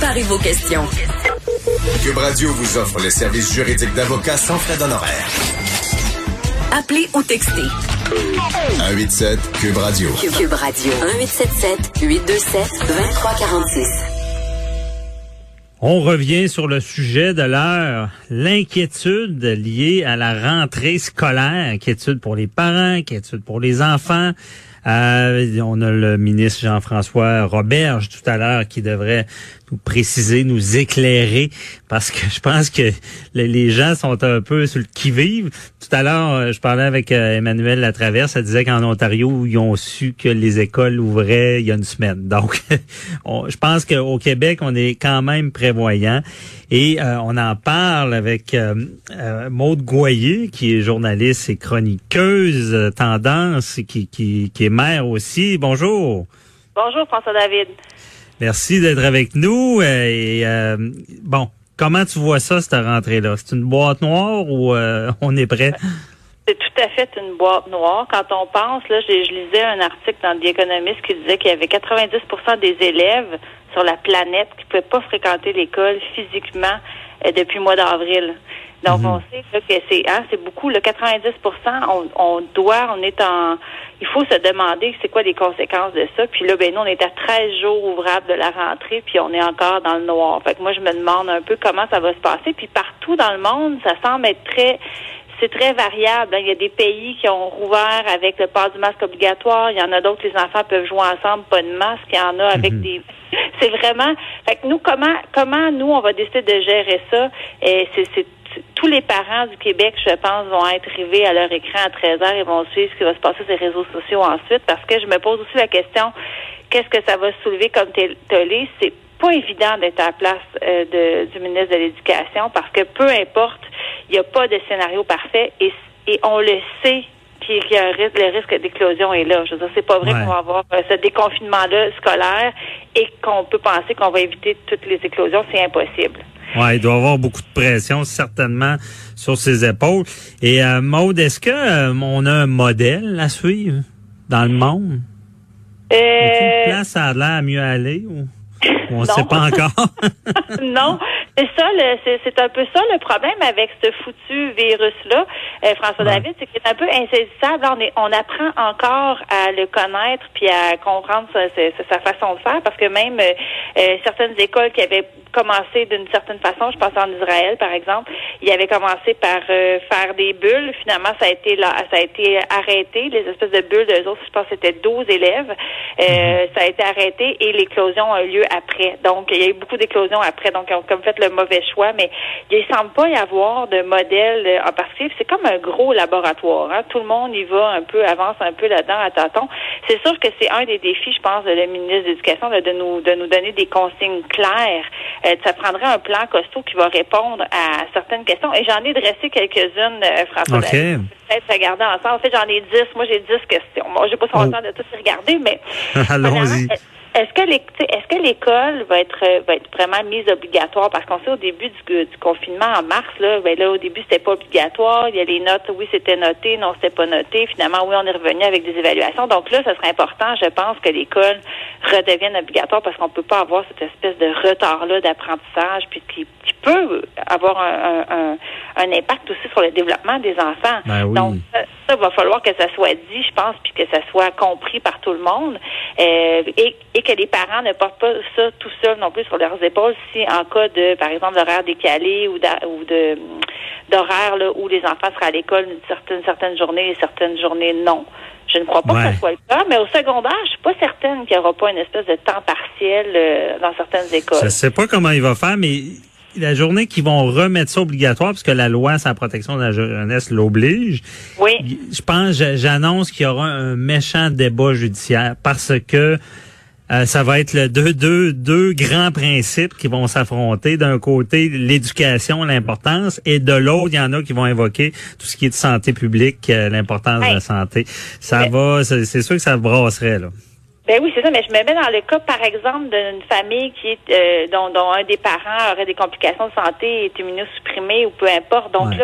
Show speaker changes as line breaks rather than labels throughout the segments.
Préparez vos questions.
Cube Radio vous offre les services juridiques d'avocats sans frais d'honoraires.
Appelez ou textez.
187 Cube Radio.
Cube Radio. 1877-827-2346.
On revient sur le sujet de l'heure, l'inquiétude liée à la rentrée scolaire, inquiétude pour les parents, inquiétude pour les enfants. On a le ministre Jean-François Roberge tout à l'heure qui devrait nous préciser, nous éclairer, parce que je pense que les gens sont un peu sur le qui-vive. Tout à l'heure, je parlais avec Emmanuel Latraverse, elle disait qu'en Ontario, ils ont su que les écoles ouvraient il y a une semaine. Donc, je pense qu'au Québec, on est quand même prévoyant. Et on en parle avec Maude Goyer, qui est journaliste et chroniqueuse Tendance, qui est mère aussi. Bonjour.
Bonjour, François-David.
Merci d'être avec nous. Bon, comment tu vois ça, cette rentrée-là? C'est une boîte noire ou on est prêt?
C'est tout à fait une boîte noire. Quand on pense, là, je lisais un article dans The Economist qui disait qu'il y avait 90% des élèves sur la planète qui ne pouvaient pas fréquenter l'école physiquement depuis le mois d'avril. Donc, on sait là, que c'est beaucoup. Le 90%, il faut se demander c'est quoi les conséquences de ça. Puis là, nous, on est à 13 jours ouvrables de la rentrée, puis on est encore dans le noir. Fait que moi, je me demande un peu comment ça va se passer. Puis partout dans le monde, ça semble être c'est très variable. Il y a des pays qui ont rouvert avec le port du masque obligatoire. Il y en a d'autres, les enfants peuvent jouer ensemble, pas de masque. Il y en a avec des... C'est vraiment... Fait que nous, comment nous, on va décider de gérer ça? Tous les parents du Québec, je pense, vont être rivés à leur écran à 13h et vont suivre ce qui va se passer sur les réseaux sociaux ensuite, parce que je me pose aussi la question, qu'est-ce que ça va soulever comme tollé? C'est pas évident d'être à la place du ministre de l'Éducation, parce que peu importe, il n'y a pas de scénario parfait et on le sait qu'il y a le risque d'éclosion est là. Je veux dire, c'est pas vrai qu'on va avoir ce déconfinement-là scolaire et qu'on peut penser qu'on va éviter toutes les éclosions. C'est impossible.
Ouais, il doit y avoir beaucoup de pression, certainement, sur ses épaules. Et Maude, est-ce que on a un modèle à suivre dans le monde? Est-ce une place à l'air à mieux aller ou on ne sait pas encore?
Non, c'est un peu ça le problème avec ce foutu virus-là, François David, c'est qu'il est un peu insaisissable. On apprend encore à le connaître puis à comprendre sa façon de faire, parce que même certaines écoles qui avaient commencé d'une certaine façon, je pense en Israël par exemple, ils avaient commencé par faire des bulles. Finalement, ça a été arrêté. Les espèces de bulles, eux autres, je pense que c'était 12 élèves. Ça a été arrêté et l'éclosion a eu lieu après. Donc, il y a eu beaucoup d'éclosions après. Donc, ils ont comme fait le mauvais choix, mais il semble pas y avoir de modèle en particulier. C'est comme un gros laboratoire. Hein? Tout le monde y va avance un peu là-dedans à tâtons. C'est sûr que c'est un des défis, je pense, de la ministre de l'Éducation, de nous donner des consignes claires. Ça prendrait un plan costaud qui va répondre à certaines questions. Et j'en ai dressé quelques-unes, François.
Okay.
Peut-être regarder ensemble. En fait, j'en ai 10. Moi, j'ai 10 questions. Moi, j'ai pas son temps de toutes les regarder, mais
allons-y.
Est-ce que l'école va être vraiment mise obligatoire? Parce qu'on sait au début du confinement en mars, là, au début c'était pas obligatoire. Il y a les notes, oui c'était noté, non c'était pas noté. Finalement, oui on est revenu avec des évaluations. Donc là, ce serait important, je pense, que l'école redevienne obligatoire, parce qu'on peut pas avoir cette espèce de retard-là d'apprentissage, puis qui peut avoir un impact aussi sur le développement des enfants.
Ben oui.
Donc ça va falloir que ça soit dit, je pense, puis que ça soit compris par tout le monde, et que les parents ne portent pas ça tout seuls non plus sur leurs épaules, si en cas de, par exemple, d'horaire décalé ou d'horaire là, où les enfants seraient à l'école certaines journées et certaines journées non. Je ne crois pas que ça soit le cas, mais au secondaire, je suis pas certaine qu'il n'y aura pas une espèce de temps partiel dans certaines écoles.
Je ne sais pas comment il va faire, mais la journée qu'ils vont remettre ça obligatoire, parce que la loi sur la protection de la jeunesse l'oblige, je pense, j'annonce qu'il y aura un méchant débat judiciaire, parce que ça va être deux grands principes qui vont s'affronter. D'un côté, l'éducation, l'importance, et de l'autre, il y en a qui vont invoquer tout ce qui est de santé publique, l'importance de la santé. C'est sûr que ça brasserait, là.
Ben oui, c'est ça, mais je me mets dans le cas, par exemple, d'une famille qui est dont un des parents aurait des complications de santé, est immunosupprimé ou peu importe. Donc là,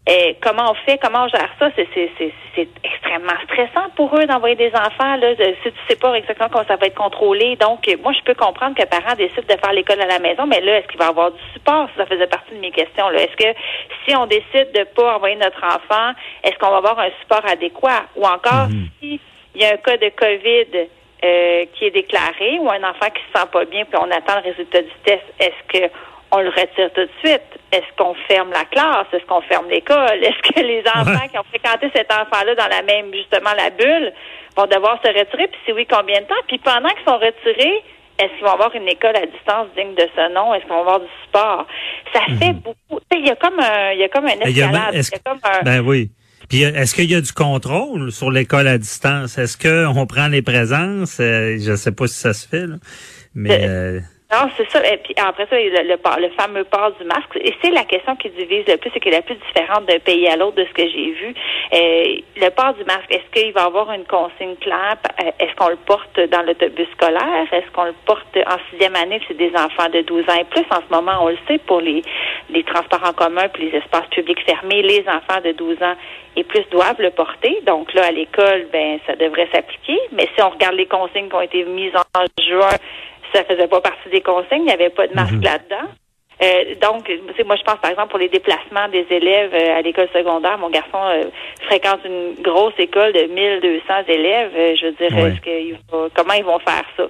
Comment on fait, comment on gère ça? C'est extrêmement stressant pour eux d'envoyer des enfants, là, si tu sais pas exactement comment ça va être contrôlé. Donc, moi, je peux comprendre que les parents décident de faire l'école à la maison, mais là, est-ce qu'il va y avoir du support? Ça faisait partie de mes questions, là. Est-ce que si on décide de pas envoyer notre enfant, est-ce qu'on va avoir un support adéquat? Ou encore, si il y a un cas de COVID qui est déclaré ou un enfant qui se sent pas bien puis on attend le résultat du test, est-ce que on le retire tout de suite? Est-ce qu'on ferme la classe? Est-ce qu'on ferme l'école? Est-ce que les enfants qui ont fréquenté cet enfant-là dans la même, justement, la bulle, vont devoir se retirer? Puis si oui, combien de temps? Puis pendant qu'ils sont retirés, est-ce qu'ils vont avoir une école à distance digne de ce nom? Est-ce qu'ils vont avoir du support? Ça fait beaucoup. Tu sais, il y a comme un escalade.
Ben oui. Puis est-ce qu'il y a du contrôle sur l'école à distance? Est-ce qu'on prend les présences? Je sais pas si ça se fait, là. Mais
non, c'est ça. Et puis après ça, le fameux port du masque. Et c'est la question qui divise le plus et qui est la plus différente d'un pays à l'autre de ce que j'ai vu. Le port du masque, est-ce qu'il va y avoir une consigne claire? Est-ce qu'on le porte dans l'autobus scolaire? Est-ce qu'on le porte en 6e année? C'est des enfants de 12 ans et plus. En ce moment, on le sait, pour les transports en commun puis les espaces publics fermés, les enfants de 12 ans et plus doivent le porter. Donc là, à l'école, ben ça devrait s'appliquer. Mais si on regarde les consignes qui ont été mises en juin, ça faisait pas partie des consignes, il n'y avait pas de masque là-dedans. Donc, moi, je pense, par exemple, pour les déplacements des élèves à l'école secondaire, mon garçon fréquente une grosse école de 1200 élèves. Je veux dire, comment ils vont faire ça?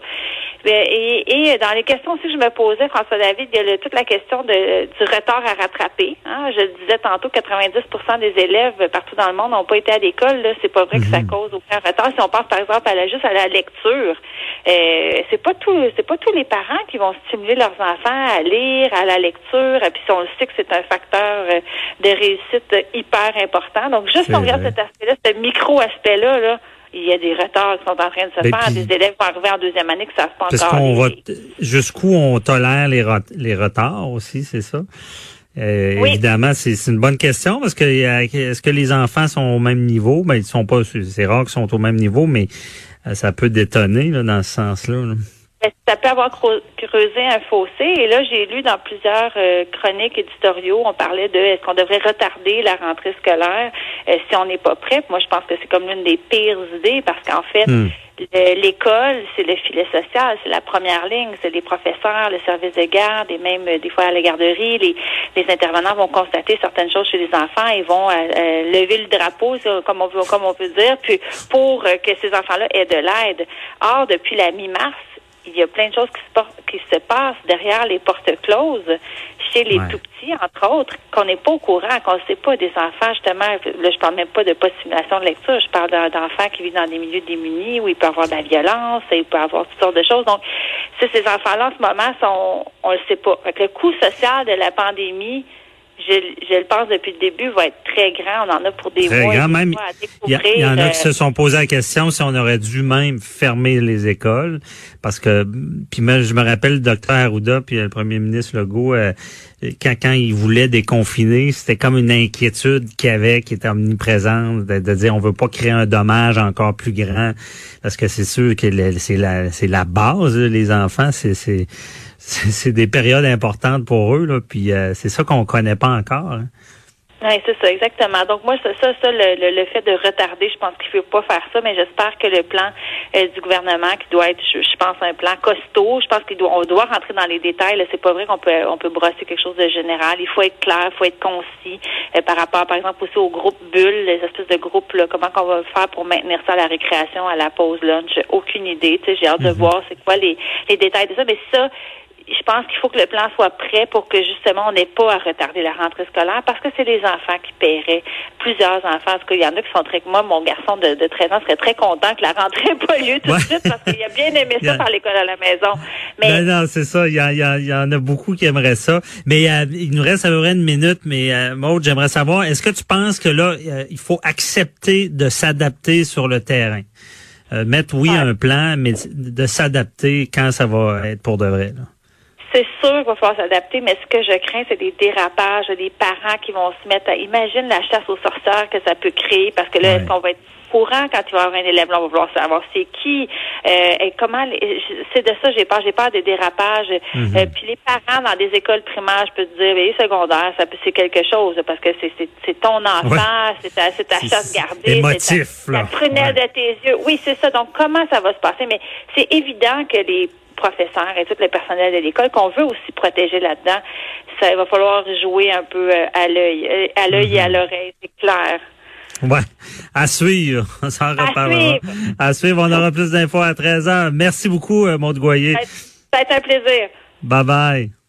Et dans les questions aussi que je me posais, François David, il y a toute la question du retard à rattraper. Hein? Je le disais tantôt, 90% des élèves partout dans le monde n'ont pas été à l'école. Là, c'est pas vrai que ça cause aucun retard. Si on pense, par exemple, juste à la lecture, c'est pas tous les parents qui vont stimuler leurs enfants à lire, à la lecture. Puis si on le sait que c'est un facteur de réussite hyper important. Donc, juste si on regarde cet aspect-là, ce micro-aspect-là, là, il y a des retards qui sont en train de se faire. Des élèves vont arriver en 2e année qui ne savent pas encore.
Jusqu'où on tolère les retards aussi, c'est ça? Évidemment, c'est une bonne question parce que est-ce que les enfants sont au même niveau? Ben, ils sont pas, c'est rare qu'ils sont au même niveau, mais ça peut détonner là, dans ce sens-là. Là.
Ça peut avoir creusé un fossé. Et là, j'ai lu dans plusieurs chroniques éditoriaux, on parlait de est-ce qu'on devrait retarder la rentrée scolaire si on n'est pas prêt. Moi, je pense que c'est comme l'une des pires idées parce qu'en fait, l'école, c'est le filet social, c'est la première ligne, c'est les professeurs, le service de garde et même des fois à la garderie, les intervenants vont constater certaines choses chez les enfants et vont lever le drapeau, comme on peut dire, puis pour que ces enfants-là aient de l'aide. Or, depuis la mi-mars, il y a plein de choses qui se passent derrière les portes closes chez les tout-petits, entre autres, qu'on n'est pas au courant, qu'on ne sait pas des enfants, justement. Là, je parle même pas de simulation de lecture, je parle d'enfants qui vivent dans des milieux démunis où il peut y avoir de la violence, il peut y avoir toutes sortes de choses. Donc, ces enfants-là, en ce moment, on le sait pas. Fait que le coût social de la pandémie, je le pense depuis le début, va être très grand. On en a pour des mois.
Grand, même,
à découvrir.
Il y en a qui se sont posé la question si on aurait dû même fermer les écoles. Parce que, puis je me rappelle le docteur Arruda puis le premier ministre Legault, quand il voulait déconfiner, c'était comme une inquiétude qu'il y avait, qui était omniprésente, de dire on veut pas créer un dommage encore plus grand. Parce que c'est sûr que c'est la base, les enfants, c'est des périodes importantes pour eux, là, puis c'est ça qu'on connaît pas encore. Hein.
Oui, c'est ça, exactement. Donc moi, le fait de retarder, je pense qu'il ne faut pas faire ça, mais j'espère que le plan du gouvernement, qui doit être, je pense, un plan costaud, je pense qu'on doit rentrer dans les détails. Là, c'est pas vrai qu'on peut brosser quelque chose de général. Il faut être clair, il faut être concis par rapport, par exemple, aussi aux groupes bulles, les espèces de groupes, là, comment qu'on va faire pour maintenir ça à la récréation, à la pause lunch. Aucune idée. Tu sais, j'ai hâte de voir c'est quoi les détails de ça, mais ça. Je pense qu'il faut que le plan soit prêt pour que, justement, on n'ait pas à retarder la rentrée scolaire parce que c'est les enfants qui paieraient. Plusieurs enfants. En tout cas, il y en a qui sont moi, mon garçon de 13 ans serait très content que la rentrée n'ait pas lieu tout de suite parce qu'il a bien aimé ça par l'école à la maison. Mais
non, c'est ça. Il y en a beaucoup qui aimeraient ça. Mais il nous reste à peu près une minute. Mais Maude, j'aimerais savoir, est-ce que tu penses que là, il faut accepter de s'adapter sur le terrain? Mettre, un plan, mais de s'adapter quand ça va être pour de vrai, là.
C'est sûr qu'il va falloir s'adapter, mais ce que je crains, c'est des dérapages, des parents qui vont se mettre à... Imagine la chasse aux sorcières que ça peut créer, parce que là, est-ce qu'on va être courant quand il va y avoir un élève. Là, on va vouloir savoir c'est qui, et comment. C'est de ça j'ai peur. J'ai peur des dérapages. Puis les parents dans des écoles primaires, je peux te dire, les secondaires, c'est quelque chose parce que c'est ton enfant, c'est ta chasse gardée,
émotif,
la prunelle de tes yeux. Oui, c'est ça. Donc comment ça va se passer? Mais c'est évident que les professeurs et tout le personnel de l'école qu'on veut aussi protéger là-dedans, ça va falloir jouer un peu à l'œil et à l'oreille, c'est clair.
Ouais, à suivre, on s'en reparlera. À suivre, on aura plus d'infos à 13h. Merci beaucoup, Maude Goyer.
Ça a été un plaisir.
Bye bye.